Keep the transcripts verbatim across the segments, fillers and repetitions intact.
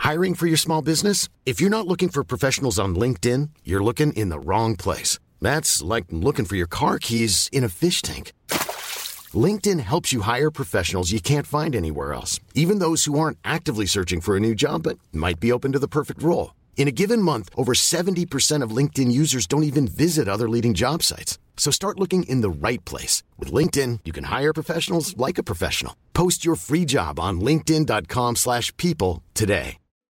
Hiring for your small business? If you're not looking for professionals on LinkedIn, you're looking in the wrong place. That's like looking for your car keys in a fish tank. LinkedIn helps you hire professionals you can't find anywhere else, even those who aren't actively searching for a new job but might be open to the perfect role. In a given month, over seventy percent of LinkedIn users don't even visit other leading job sites. So start looking in the right place. With LinkedIn, you can hire professionals like a professional. Post your free job on linkedin dot com slash people today.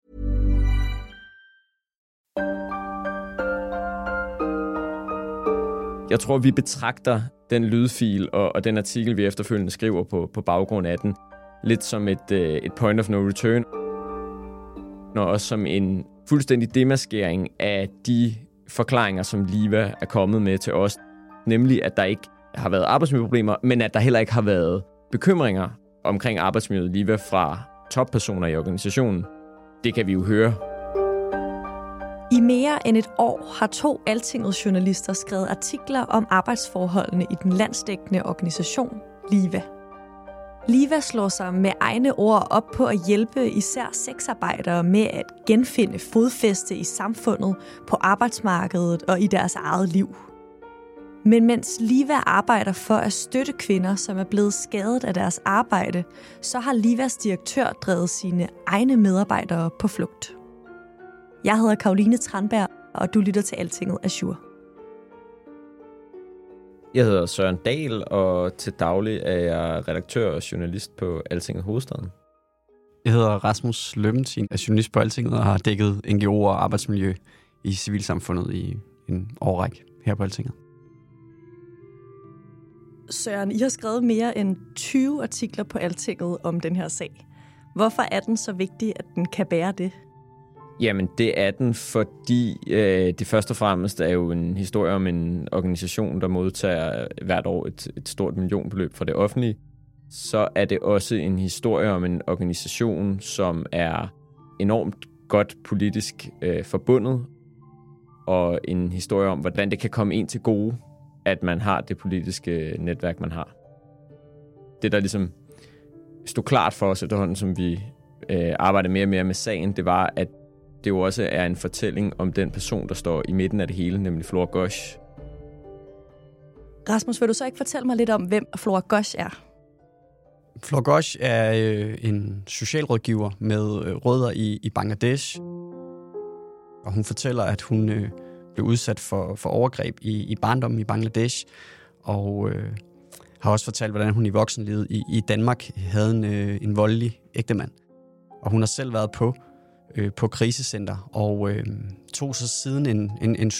Jeg tror, vi betragter den lydfil og, og den artikel, vi efterfølgende skriver på, på baggrund af den, lidt som et, øh, et point of no return, og også som en fuldstændig demaskering af de forklaringer, som Liva er kommet med til os. Nemlig, at der ikke har været arbejdsmiljøproblemer, men at der heller ikke har været bekymringer omkring arbejdsmiljøet Liva fra toppersoner i organisationen. Det kan vi jo høre. I mere end et år har to Altinget journalister skrevet artikler om arbejdsforholdene i den landsdækkende organisation Liva. Liva slår sig med egne ord op på at hjælpe især sexarbejdere med at genfinde fodfæste i samfundet, på arbejdsmarkedet og i deres eget liv. Men mens Liva arbejder for at støtte kvinder, som er blevet skadet af deres arbejde, så har Livas direktør drevet sine egne medarbejdere på flugt. Jeg hedder Caroline Tranberg, og du lytter til Altinget Azure. Jeg hedder Søren Dahl, og til daglig er jeg redaktør og journalist på Altinget Hovedstaden. Jeg hedder Rasmus Lømmentin, er journalist på Altinget og har dækket N G O'er og arbejdsmiljø i civilsamfundet i en årrække her på Altinget. Søren, I har skrevet mere end tyve artikler på Altinget om den her sag. Hvorfor er den så vigtig, at den kan bære det? Jamen, det er den, fordi øh, det først og fremmest er jo en historie om en organisation, der modtager hvert år et, et stort millionbeløb fra det offentlige. Så er det også en historie om en organisation, som er enormt godt politisk øh, forbundet, og en historie om, hvordan det kan komme en til gode, at man har det politiske netværk, man har. Det, der ligesom stod klart for os efterhånden, som vi øh, arbejdede mere og mere med sagen, det var, at det jo også er en fortælling om den person, der står i midten af det hele, nemlig Flora Gosch. Rasmus, vil du så ikke fortælle mig lidt om, hvem Flora Gosch er? Flora Gosch er øh, en socialrådgiver med øh, rødder i, i Bangladesh. Og hun fortæller, at hun øh, blev udsat for, for overgreb i, i barndommen i Bangladesh. Og øh, har også fortalt, hvordan hun i voksenlivet i, i Danmark havde en, øh, en voldelig ægtemand. Og hun har selv været på på krisecenter, og øh, tog så siden en, en, en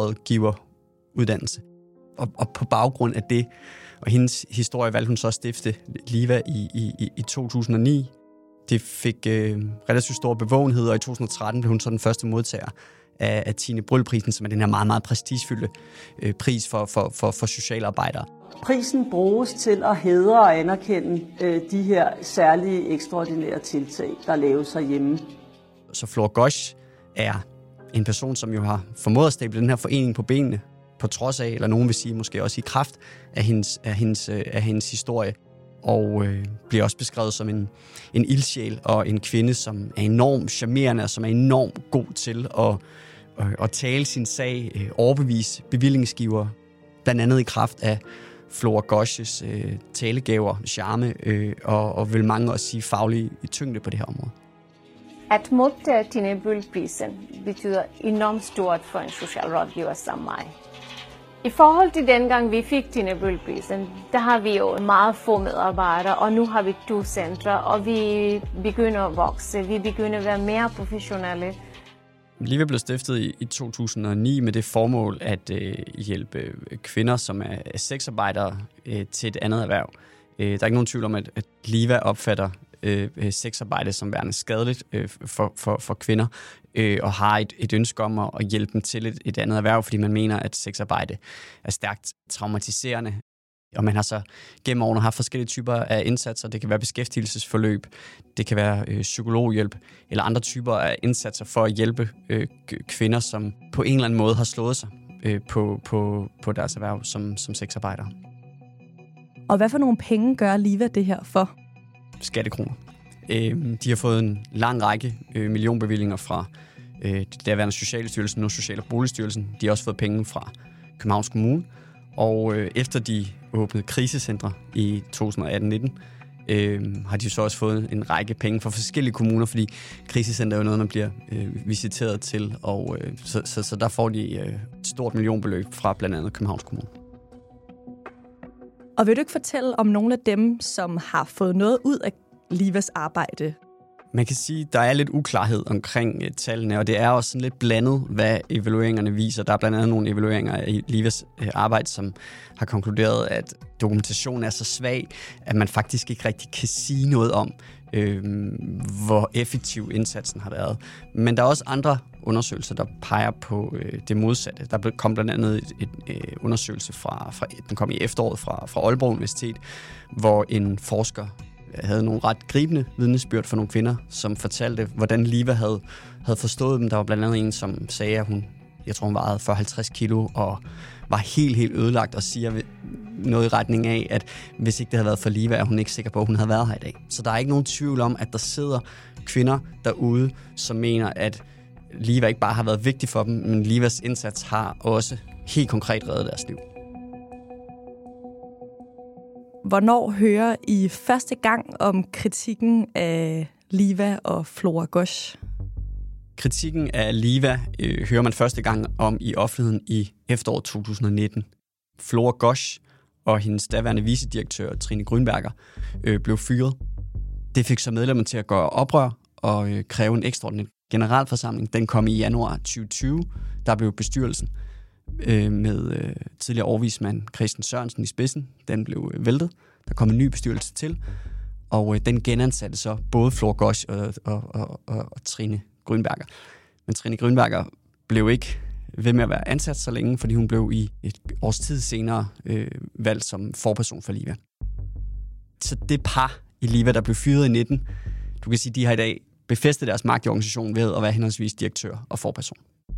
socialrådgiveruddannelse. Og, og på baggrund af det, og hendes historie, valgte hun så at stifte Liva i, i, i to tusind og ni. Det fik øh, relativt stor bevågenhed, og i to tusind og tretten blev hun så den første modtager af, af Tine Bryl-prisen, som er den her meget, meget prestigefyldte øh, pris for, for, for, for socialarbejdere. Prisen bruges til at hædre og anerkende øh, de her særlige ekstraordinære tiltag, der laves herhjemme. Så Flora Gosch er en person, som jo har formået at stable den her forening på benene, på trods af, eller nogen vil sige måske også i kraft af hendes, af hendes, af hendes historie. Og øh, bliver også beskrevet som en, en ildsjæl og en kvinde, som er enormt charmerende og som er enormt god til at, øh, at tale sin sag, øh, overbevise bevillingsgiver, blandt andet i kraft af Flora Gosch's øh, talegaver, charme øh, og, og vil mange også sige faglige tyngde på det her område. At modtage Tine Bryl-prisen betyder enormt stort for en socialrådgiver som mig. I forhold til dengang vi fik Tine Bryl-prisen, der har vi jo meget få medarbejdere, og nu har vi to centre, og vi begynder at vokse, vi begynder at være mere professionelle. Liva blev stiftet i, i to tusind og ni med det formål at øh, hjælpe kvinder, som er sexarbejdere, øh, til et andet erhverv. Øh, der er ikke nogen tvivl om, at, at Liva opfatter øh, sexarbejde som værende skadeligt øh, for, for, for kvinder, øh, og har et, et ønske om at, at hjælpe dem til et, et andet erhverv, fordi man mener, at sexarbejde er stærkt traumatiserende. Og man har så gennem årene haft forskellige typer af indsatser. Det kan være beskæftigelsesforløb, det kan være øh, psykologhjælp, eller andre typer af indsatser for at hjælpe øh, kvinder, som på en eller anden måde har slået sig øh, på, på, på deres erhverv som, som sexarbejdere. Og hvad for nogle penge gør Liva det her for? Skattekroner. Øh, de har fået en lang række øh, millionbevillinger fra øh, det derværende Socialstyrelsen, nu Social- og Boligstyrelsen. De har også fået penge fra Københavns Kommune. Og øh, efter de åbnede krisecentre i to tusind atten nitten, øh, har de så også fået en række penge fra forskellige kommuner, fordi krisecenter er jo noget, man bliver øh, visiteret til. Og, øh, så, så, så der får de øh, et stort millionbeløb fra blandt andet Københavns Kommune. Og vil du ikke fortælle om nogle af dem, som har fået noget ud af Livas arbejde? Man kan sige, at der er lidt uklarhed omkring uh, tallene, og det er også sådan lidt blandet, hvad evalueringerne viser. Der er blandt andet nogle evalueringer i Livas uh, arbejde, som har konkluderet, at dokumentationen er så svag, at man faktisk ikke rigtig kan sige noget om, øh, hvor effektiv indsatsen har været. Men der er også andre undersøgelser, der peger på øh, det modsatte. Der kom blandt andet et, et, et undersøgelse fra, fra, den kom i efteråret fra, fra Aalborg Universitet, hvor en forsker havde nogle ret gribende vidnesbyrd for nogle kvinder, som fortalte, hvordan Liva havde, havde forstået dem. Der var blandt andet en, som sagde, at hun, jeg tror hun vejede fyrre til halvtreds kilo, og var helt, helt ødelagt og siger noget i retning af, at hvis ikke det havde været for Liva, er hun ikke sikker på, at hun havde været her i dag. Så der er ikke nogen tvivl om, at der sidder kvinder derude, som mener, at Liva ikke bare har været vigtig for dem, men Livas indsats har også helt konkret reddet deres liv. Hvornår hører I første gang om kritikken af Liva og Flora Ghosh? Kritikken af Liva øh, hører man første gang om i offentligheden i efteråret to tusind nitten. Flora Ghosh og hendes daværende vicedirektør, Trine Grünberger, øh, blev fyret. Det fik så medlemmerne til at gøre oprør og øh, kræve en ekstraordinær generalforsamling. Den kom i januar tyve tyve. Der blev bestyrelsen øh, med øh, tidligere overvismand Christian Sørensen i spidsen. Den blev øh, væltet. Der kom en ny bestyrelse til, og øh, den genansatte så både Flora Ghosh og, og, og, og, og Trine Grünberger. Men Trine Grünberger blev ikke ved med at være ansat så længe, fordi hun blev i et års tid senere øh, valgt som forperson for Liva. Så det par i Liva, der blev fyret i nitten, du kan sige, de har i dag befæstet deres magt i organisationen ved at være henholdsvis direktør og forperson.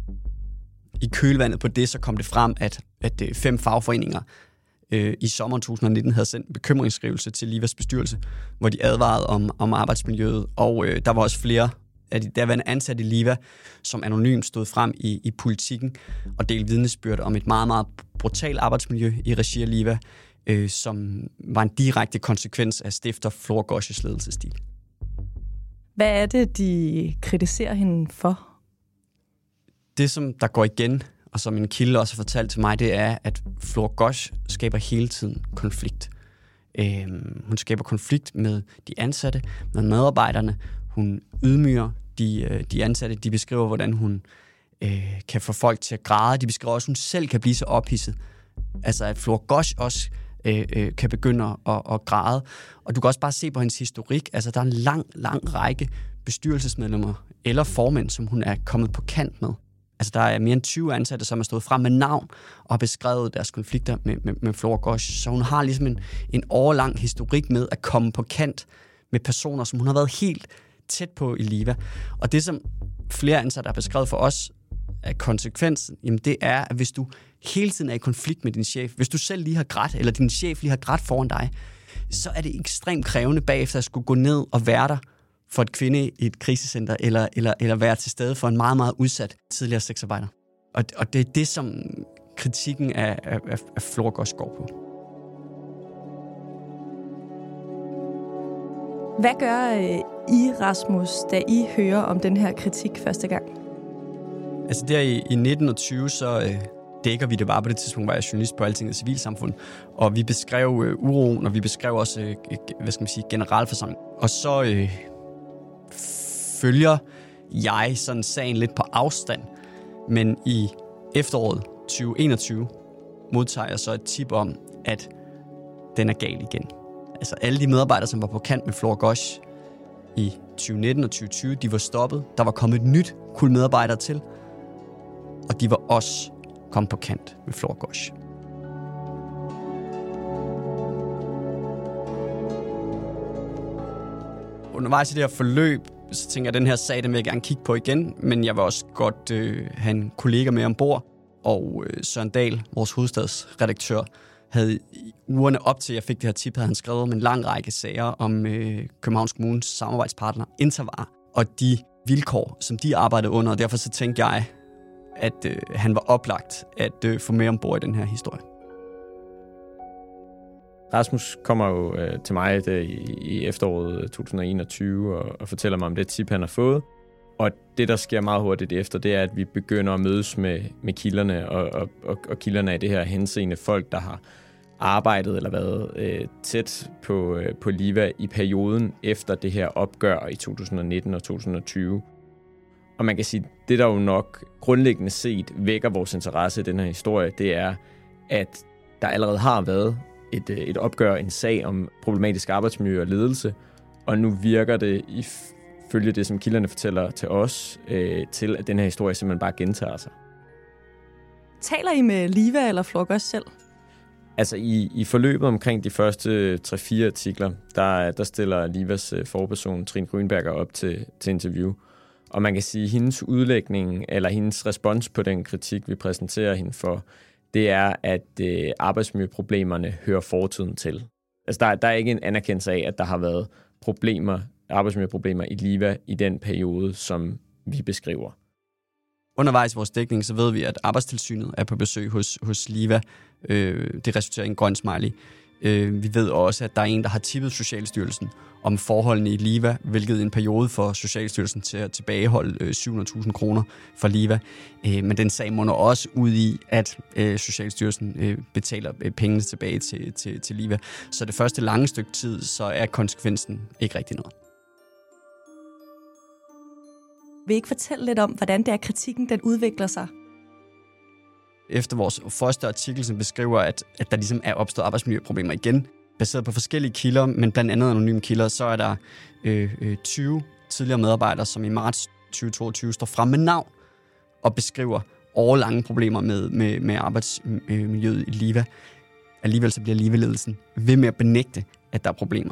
I kølvandet på det, så kom det frem, at, at fem fagforeninger øh, i sommeren to tusind nitten havde sendt en bekymringsskrivelse til Livas bestyrelse, hvor de advarede om, om arbejdsmiljøet, og øh, der var også flere af de derværende ansatte i Liva, som anonymt stod frem i, i politikken og delte vidnesbyrd om et meget, meget brutalt arbejdsmiljø i regi af Liva, øh, som var en direkte konsekvens af stifter Flora Ghoshs ledelsesstil. Hvad er det, de kritiserer hende for? Det, som der går igen, og som en kilde også har fortalt til mig, det er, at Flora Ghosh skaber hele tiden konflikt. Øh, hun skaber konflikt med de ansatte, med medarbejderne. Hun ydmyger de, de ansatte. De beskriver, hvordan hun øh, kan få folk til at græde. De beskriver også, at hun selv kan blive så ophidset. Altså, at Flora Ghosh også øh, øh, kan begynde at, at græde. Og du kan også bare se på hendes historik. Altså, der er en lang, lang række bestyrelsesmedlemmer eller formænd, som hun er kommet på kant med. Altså, der er mere end tyve ansatte, som er stået frem med navn og har beskrevet deres konflikter med, med, med Flora Ghosh. Så hun har ligesom en, en årelang historik med at komme på kant med personer, som hun har været helt tæt på i Liva. Og det, som flere ansatte har beskrevet for os, af konsekvensen, jamen det er, at hvis du hele tiden er i konflikt med din chef, hvis du selv lige har grædt, eller din chef lige har grædt foran dig, så er det ekstremt krævende bagefter at skulle gå ned og være der for et kvinde i et krisecenter, eller, eller, eller være til stede for en meget, meget udsat tidligere sexarbejder. Og, og det er det, som kritikken af, af, af Flora Ghosh går på. Hvad gør I, Rasmus, da I hører om den her kritik første gang? Altså der i, i nitten og tyve, så øh, dækker vi det bare. På det tidspunkt var jeg journalist på Altinget og Civilsamfund, og vi beskrev øh, uroen, og vi beskrev også, øh, hvad skal man sige, generalforsamling. Og så øh, følger jeg sådan sagen lidt på afstand, men i efteråret tyve enogtyve modtager jeg så et tip om, at den er gal igen. Altså alle de medarbejdere, som var på kant med Flora Ghosh i tyve nitten og tyve tyve, de var stoppet. Der var kommet et nyt kul medarbejdere til, og de var også kommet på kant med Flora Ghosh. Undervejs i det her forløb, så tænker jeg, at den her sag, den vil jeg gerne kigge på igen, men jeg vil også godt øh, have en kollega med ombord, og øh, Søren Dahl, vores hovedstadsredaktør, havde i ugerne op til, jeg fik det her tip, havde han skrevet om en lang række sager om øh, Københavns Kommunes samarbejdspartner Intervar, og de vilkår, som de arbejdede under, og derfor så tænkte jeg, at øh, han var oplagt at øh, få med ombord i den her historie. Rasmus kommer jo øh, til mig det, i, i efteråret to tusind og enogtyve og, og fortæller mig om det tip, han har fået. Og det, der sker meget hurtigt efter, det er, at vi begynder at mødes med, med kilderne, og, og, og, og kilderne er det her henseende folk, der har arbejdet eller været øh, tæt på, øh, på Liva i perioden efter det her opgør i to tusind og nitten og to tusind og tyve. Og man kan sige, det der jo nok grundlæggende set vækker vores interesse i den her historie, det er, at der allerede har været et, et opgør, en sag om problematisk arbejdsmiljø og ledelse, og nu virker det ifølge det, som kilderne fortæller til os, øh, til at den her historie simpelthen bare gentager sig. Taler I med Liva eller Florgosh selv? Altså i, i forløbet omkring de første tre fire artikler, der, der stiller Livas forperson Trine Grünberger op til, til interview. Og man kan sige, at hendes udlægning, eller hendes respons på den kritik, vi præsenterer hende for, det er, at øh, arbejdsmiljøproblemerne hører fortiden til. Altså der, der er ikke en anerkendelse af, at der har været problemer, arbejdsmiljøproblemer i Liva i den periode, som vi beskriver. Undervejs i vores dækning, så ved vi, at Arbejdstilsynet er på besøg hos, hos Liva. Øh, det resulterer i en grøn smiley. Øh, vi ved også, at der er en, der har tippet Socialstyrelsen om forholdene i Liva, hvilket en periode for Socialstyrelsen til at tilbageholde øh, syv hundrede tusind kroner for Liva. Øh, men den sag munder også ud i, at øh, Socialstyrelsen øh, betaler øh, pengene tilbage til, til, til Liva. Så det første lange stykke tid, så er konsekvensen ikke rigtig noget. Vil I ikke fortælle lidt om, hvordan det er, kritikken den udvikler sig? Efter vores første artikel, som beskriver, at, at der ligesom er opstået arbejdsmiljøproblemer igen, baseret på forskellige kilder, men blandt andet anonyme kilder, så er der øh, øh, tyve tidligere medarbejdere, som i marts tyve toogtyve står frem med navn og beskriver årelange problemer med, med, med arbejdsmiljøet i Liva. Alligevel så bliver Liva-ledelsen ved med at benægte, at der er problemer.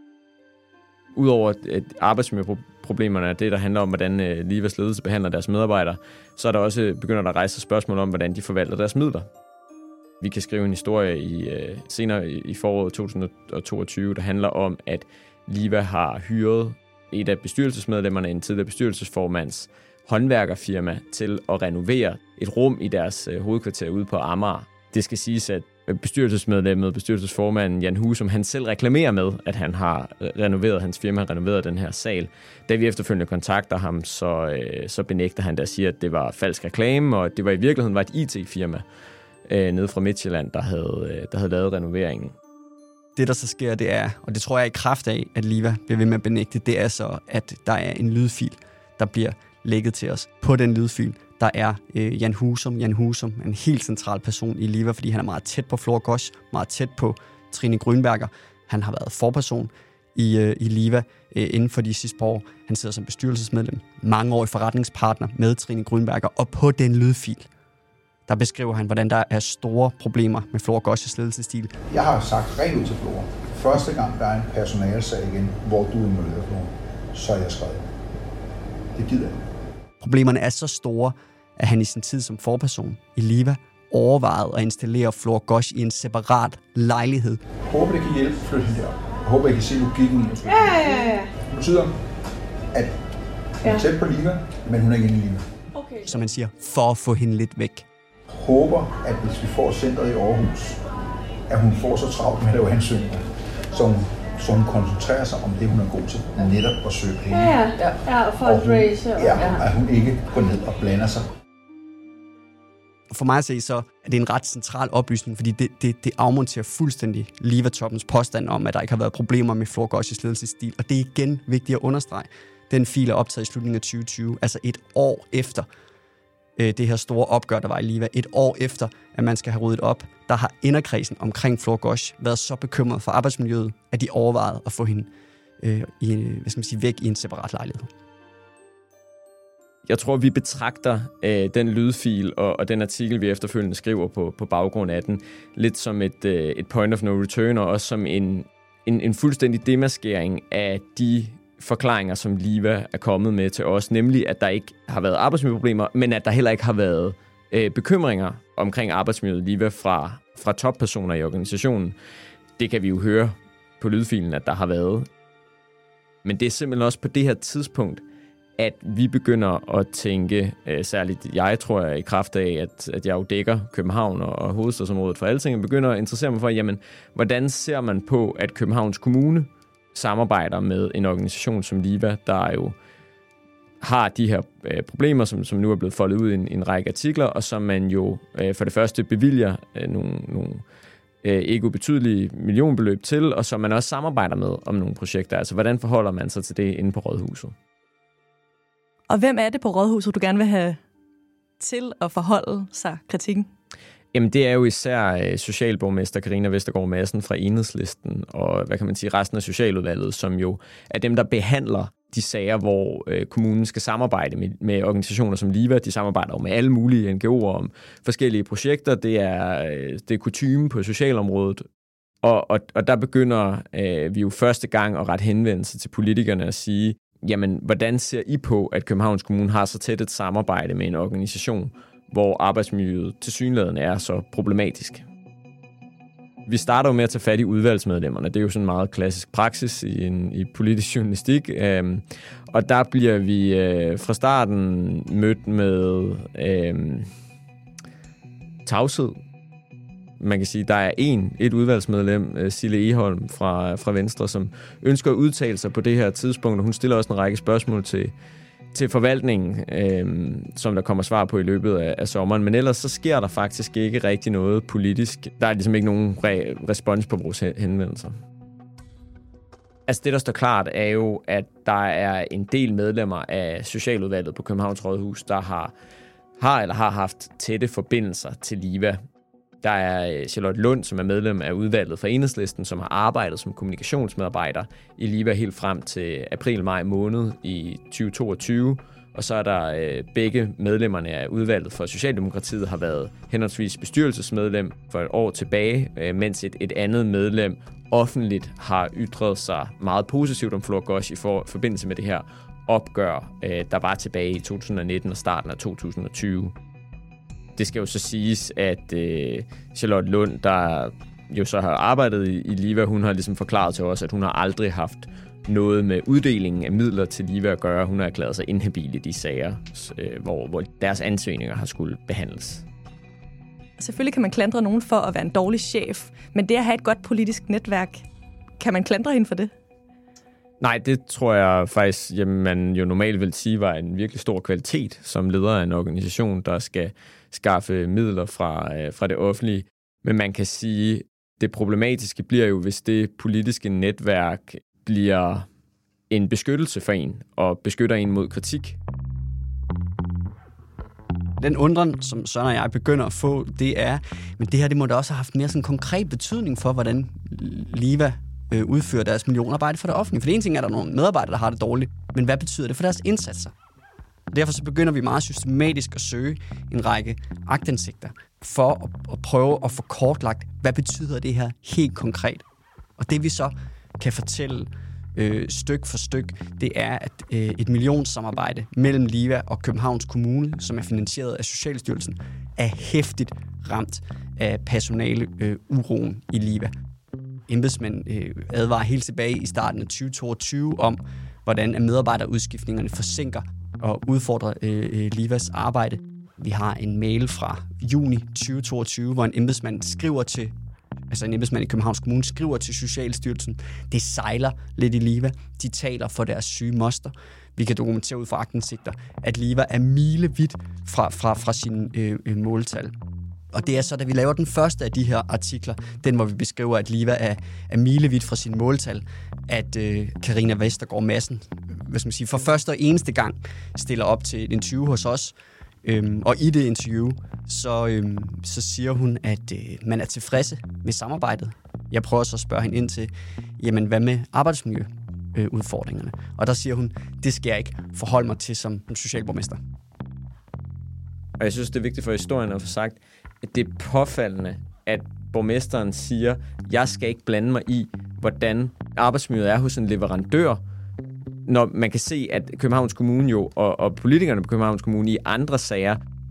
Udover at arbejdsmiljøproblemerne er det, der handler om, hvordan Livas ledelse behandler deres medarbejdere, så er der også begynder der at rejse spørgsmål om, hvordan de forvalter deres midler. Vi kan skrive en historie i, senere i foråret to tusind og toogtyve, der handler om, at Liva har hyret et af bestyrelsesmedlemmerne, en tidligere bestyrelsesformands håndværkerfirma, til at renovere et rum i deres hovedkvarter ude på Amager. Det skal siges, at bestyrelsesmedlemmet, bestyrelsesformanden Jan Husum, han selv reklamerer med, at han har renoveret, hans firma har renoveret den her sal. Da vi efterfølgende kontakter ham, så, øh, så benægter han, der siger, at det var falsk reklame, og det var i virkeligheden var et I T-firma øh, nede fra Midtjylland, der havde, øh, der havde lavet renoveringen. Det, der så sker, det er, og det tror jeg i kraft af, at Liva bliver ved med at benægte, det er så, at der er en lydfil, der bliver lægget til os. På den lydfil, der er øh, Jan Husum. Jan Husum er en helt central person i Liva, fordi han er meget tæt på Florgosh, meget tæt på Trine Grünberger. Han har været forperson i, øh, i Liva øh, inden for de sidste par år. Han sidder som bestyrelsesmedlem, mangeårig forretningspartner med Trine Grünberger, og på den lydfil, der beskriver han, hvordan der er store problemer med Florgoshs ledelsesstil. Jeg har sagt rent ud til Flora. Første gang, der er en personalsag igen, hvor du er involveret, Flora, så er jeg skrevet. Det gider jeg. Problemerne er så store, at han i sin tid som forperson i Liva overvejede at installere Florgosh i en separat lejlighed. Jeg håber, det kan hjælpe at flytte hende derop. Jeg håber, jeg kan se logikken i at flytte Ja, ja, ja. Det betyder, at hun er tæt på Liva, men hun er ikke inde i Liva. Okay. Som man siger, for at få hende lidt væk. Jeg håber, at hvis vi får centret i Aarhus, at hun får så travlt med at lave ansøgninger, så hun, så hun koncentrerer sig om det, hun er god til, netop at søge penge. Ja, ja, ja, fundraise. Og ja, at hun ikke går ned og blander sig. For mig at se, så er det en ret central oplysning, fordi det, det, det afmonterer fuldstændig Liva-toppens påstand om, at der ikke har været problemer med Florgoshs ledelsesstil. Og det er igen vigtigt at understrege. Den fil er optaget i slutningen af tyve tyve, altså et år efter øh, det her store opgør, der var i Liva. Et år efter, at man skal have ryddet op, der har inderkredsen omkring Florgosh været så bekymret for arbejdsmiljøet, at de overvejede at få hende øh, i, hvad skal man sige, væk i en separat lejlighed. Jeg tror, vi betragter øh, den lydfil og, og den artikel, vi efterfølgende skriver på, på baggrund af den, lidt som et, øh, et point of no return, og også som en, en, en fuldstændig demaskering af de forklaringer, som Liva er kommet med til os, nemlig at der ikke har været arbejdsmiljøproblemer, men at der heller ikke har været øh, bekymringer omkring arbejdsmiljøet lige fra, fra toppersoner i organisationen. Det kan vi jo høre på lydfilen, at der har været. Men det er simpelthen også på det her tidspunkt, at vi begynder at tænke, øh, særligt jeg tror jeg i kraft af, at, at jeg jo dækker København og, og hovedstadsområdet for Altinget, begynder at interessere mig for, jamen, hvordan ser man på, at Københavns Kommune samarbejder med en organisation som Liva, der jo har de her øh, problemer, som, som nu er blevet foldet ud i en, en række artikler, og som man jo øh, for det første bevilger øh, nogle, nogle øh, ikke ubetydelige millionbeløb til, og som man også samarbejder med om nogle projekter. Altså, hvordan forholder man sig til det inde på Rådhuset? Og hvem er det på Rådhuset, du gerne vil have til at forholde sig kritikken? Jamen, det er jo især socialborgmester Karina Vestergaard Madsen fra Enhedslisten, og hvad kan man sige, resten af socialudvalget, som jo er dem, der behandler de sager, hvor øh, kommunen skal samarbejde med, med organisationer som Liva. De samarbejder jo med alle mulige N G O'er om forskellige projekter. Det er, øh, det er kutyme på socialområdet. Og, og, og der begynder øh, vi jo første gang at rette henvendelse til politikerne og sige, jamen, hvordan ser I på, at Københavns Kommune har så tæt et samarbejde med en organisation, hvor arbejdsmiljøet tilsyneladende er så problematisk? Vi starter jo med at tage fat i udvalgsmedlemmerne. Det er jo sådan en meget klassisk praksis i, en, i politisk journalistik. Øhm, og der bliver vi øh, fra starten mødt med øh, tavshed. Man kan sige, der er en, et udvalgsmedlem, Sille Egholm fra, fra Venstre, som ønsker at udtale sig på det her tidspunkt, og hun stiller også en række spørgsmål til, til forvaltningen, øh, som der kommer svar på i løbet af, af sommeren. Men ellers så sker der faktisk ikke rigtig noget politisk. Der er ligesom ikke nogen re- respons på vores henvendelser. Altså det, der står klart, er jo, at der er en del medlemmer af socialudvalget på Københavns Rådhus, der har, har eller har haft tætte forbindelser til Liva. Der er Charlotte Lund, som er medlem af udvalget fra Enhedslisten, som har arbejdet som kommunikationsmedarbejder i Liva helt frem til april-maj måned i tyve toogtyve. Og så er der øh, begge medlemmerne af udvalget for Socialdemokratiet har været henholdsvis bestyrelsesmedlem for et år tilbage, øh, mens et, et andet medlem offentligt har ytret sig meget positivt om Florgosh i for, forbindelse med det her opgør, øh, der var tilbage i to tusind nitten og starten af to tusind tyve. Det skal jo så siges, at øh, Charlotte Lund, der jo så har arbejdet i, i Liva, hun har ligesom forklaret til os, at hun har aldrig haft noget med uddelingen af midler til Liva at gøre. Hun har erklæret sig inhabil i de sager, øh, hvor, hvor deres ansøgninger har skulle behandles. Selvfølgelig kan man klandre nogen for at være en dårlig chef, men det at have et godt politisk netværk, kan man klandre hende for det? Nej, det tror jeg faktisk, jamen, man jo normalt vil sige, var en virkelig stor kvalitet som leder af en organisation, der skal skaffe midler fra, øh, fra det offentlige. Men man kan sige, det problematiske bliver jo, hvis det politiske netværk bliver en beskyttelse for en og beskytter en mod kritik. Den undren, som Søren og jeg begynder at få, det er, men det her det må da også have haft mere sådan konkret betydning for, hvordan Liva øh, udfører deres millionarbejde for det offentlige. For det ene ting er, at der er nogle medarbejdere, der har det dårligt, men hvad betyder det for deres indsatser? Derfor så begynder vi meget systematisk at søge en række aktindsigter for at, at prøve at få kortlagt, hvad betyder det her helt konkret. Og det vi så kan fortælle øh, styk for styk, det er, at øh, et millionssamarbejde mellem Liva og Københavns Kommune, som er finansieret af Socialstyrelsen, er hæftigt ramt af personale øh, uroen i Liva. Embedsmænd øh, advarer helt tilbage i starten af tyve toogtyve om, hvordan medarbejderudskiftningerne forsinker og udfordrer øh, Livas arbejde. Vi har en mail fra juni tyve toogtyve, hvor en embedsmand skriver til, altså en embedsmand i Københavns Kommune skriver til Socialstyrelsen. Det sejler lidt i Liva. De taler for deres syge moster. Vi kan dokumentere ud fra aktindsigter, at Liva er milevidt fra, fra, fra sine øh, måltal. Og det er så, da vi laver den første af de her artikler, den hvor vi beskriver, at Liva er, er milevidt fra sine måltal, at øh, Karina Vestergaard Madsen, hvad skal man sige, for første og eneste gang stiller op til et interview hos os. Øhm, og i det interview, så, øhm, så siger hun, at øh, man er tilfredse med samarbejdet. Jeg prøver så at spørge hende ind til, jamen hvad med arbejdsmiljøudfordringerne? Øh, og der siger hun, det skal jeg ikke forholde mig til som socialborgmester. Og jeg synes, det er vigtigt for historien at få sagt, at det er påfaldende, at borgmesteren siger, jeg skal ikke blande mig i, hvordan arbejdsmiljøet er hos en leverandør, når man kan se, at Københavns Kommune jo, og, og politikerne på Københavns Kommune i andre sager,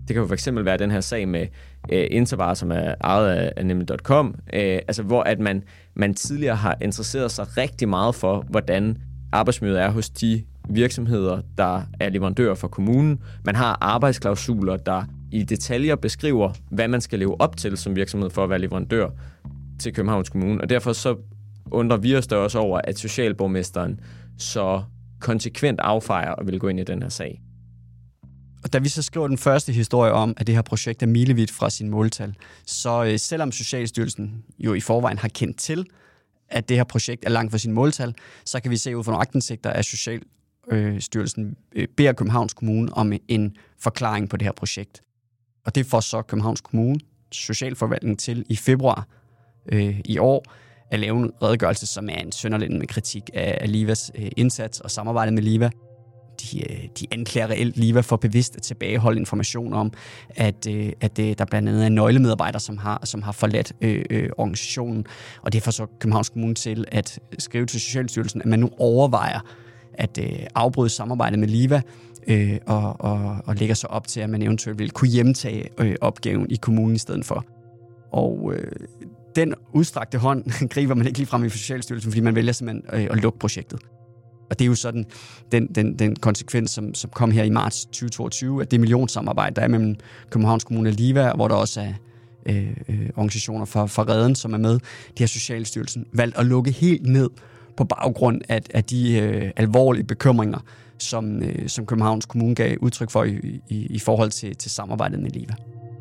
Det kan jo for eksempel være den her sag med øh, Interbar, som er ejet af, af nemlig punktum com, øh, altså hvor at man, man tidligere har interesseret sig rigtig meget for, hvordan arbejdsmiljøet er hos de virksomheder, der er leverandører for kommunen. Man har arbejdsklausuler, der i detaljer beskriver, hvad man skal leve op til som virksomhed for at være leverandør til Københavns Kommune. Og derfor så undrer vi os da også over, at socialborgmesteren så konsekvent affejer og vil gå ind i den her sag. Og da vi så skriver den første historie om, at det her projekt er milevidt fra sin måltal, så øh, selvom Socialstyrelsen jo i forvejen har kendt til, at det her projekt er langt fra sin måltal, så kan vi se ud fra nogle aktindsigter, at Socialstyrelsen øh, beder Københavns Kommune om en forklaring på det her projekt. Og det får så Københavns Kommune Socialforvaltning til i februar øh, i år at lave en redegørelse, som er en sønderlændende kritik af Livas øh, indsats og samarbejdet med Liva. De, de anklager reelt Liva for bevidst at tilbageholde information om, at, at der blandt andet er nøglemedarbejdere, som har, som har forladt øh, øh, organisationen. Og det får så Københavns Kommune til at skrive til Socialstyrelsen, at man nu overvejer at øh, afbryde samarbejdet med Liva, øh, og, og, og lægger sig op til, at man eventuelt vil kunne hjemtage øh, opgaven i kommunen i stedet for. Og øh, den udstrakte hånd griber man ikke lige frem i Socialstyrelsen, fordi man vælger simpelthen øh, at lukke projektet. Og det er jo sådan den, den, den konsekvens, som, som kom her i marts tyve toogtyve, at det millionsamarbejde, der er mellem Københavns Kommune og Liva, hvor der også er øh, øh, organisationer fra, fra Reden, som er med, de har Socialstyrelsen valgt at lukke helt ned på baggrund af, af de øh, alvorlige bekymringer, som, øh, som Københavns Kommune gav udtryk for i, i, i forhold til, til samarbejdet med Liva.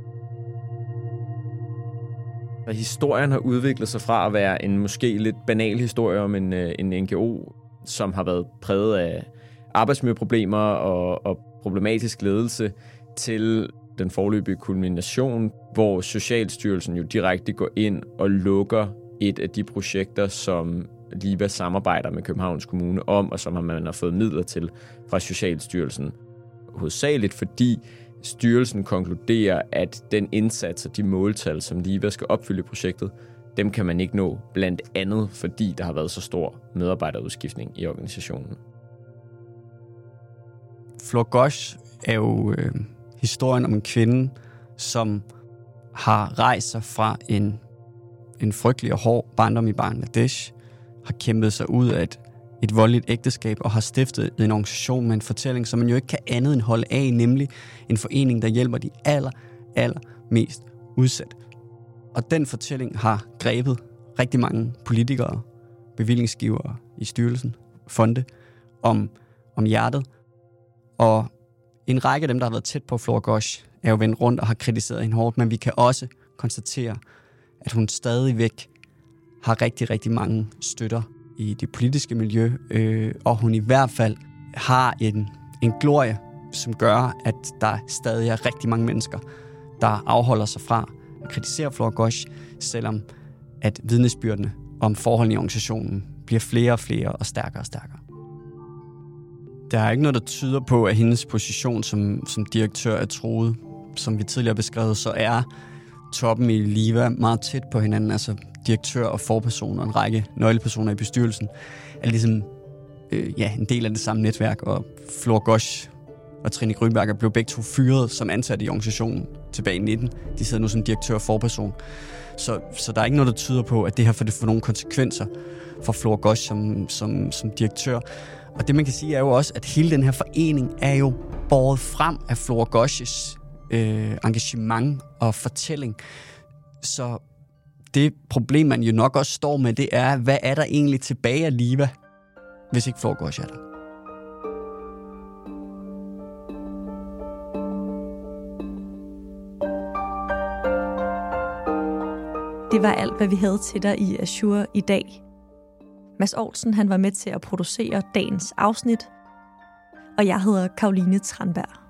Historien har udviklet sig fra at være en måske lidt banal historie om en, en N G O, som har været præget af arbejdsmiljøproblemer og, og problematisk ledelse, til den foreløbige kulmination, hvor Socialstyrelsen jo direkte går ind og lukker et af de projekter, som Liva samarbejder med Københavns Kommune om, og som man har fået midler til fra Socialstyrelsen. Hovedsageligt fordi styrelsen konkluderer, at den indsats og de måltal, som Liva skal opfylde i projektet, dem kan man ikke nå, blandt andet fordi der har været så stor medarbejderudskiftning i organisationen. Flor Ghosh er jo øh, historien om en kvinde, som har rejst sig fra en, en frygtelig og hård barndom i Bangladesh, har kæmpet sig ud af et, et voldeligt ægteskab og har stiftet en organisation med en fortælling, som man jo ikke kan andet end holde af, nemlig en forening, der hjælper de aller, aller mest udsatte. Og den fortælling har grebet rigtig mange politikere, bevillingsgivere i styrelsen, fonde, om, om hjertet. Og en række af dem, der har været tæt på Flor Ghosh, er jo vendt rundt og har kritiseret hende hårdt, men vi kan også konstatere, at hun stadigvæk har rigtig, rigtig mange støtter i det politiske miljø, øh, og hun i hvert fald har en, en glorie, som gør, at der stadig er rigtig mange mennesker, der afholder sig fra at kritisere Flor Ghosh, selvom at vidnesbyrdene om forholdene i organisationen bliver flere og flere og stærkere og stærkere. Der er ikke noget, der tyder på, at hendes position som, som direktør er truet. Som vi tidligere beskrevet, så er toppen i Liva meget tæt på hinanden, altså direktør og forperson og en række nøglepersoner i bestyrelsen er ligesom øh, ja, en del af det samme netværk, og Flor Ghosh og Trine Grünberger blev begge to fyret som ansatte i organisationen tilbage i nitten. De sidder nu som direktør og forperson. Så, så der er ikke noget, der tyder på, at det her får, det får nogle konsekvenser for Flor Ghosh som, som, som direktør. Og det, man kan sige, er jo også, at hele den her forening er jo båret frem af Flor Ghoshes øh, engagement og fortælling. Så det problem, man jo nok også står med, det er, hvad er der egentlig tilbage af Liva, hvis ikke Flor Ghosh er der? Det var alt, hvad vi havde til dig i Azure i dag. Mads Olsen, han var med til at producere dagens afsnit, og jeg hedder Caroline Tranberg.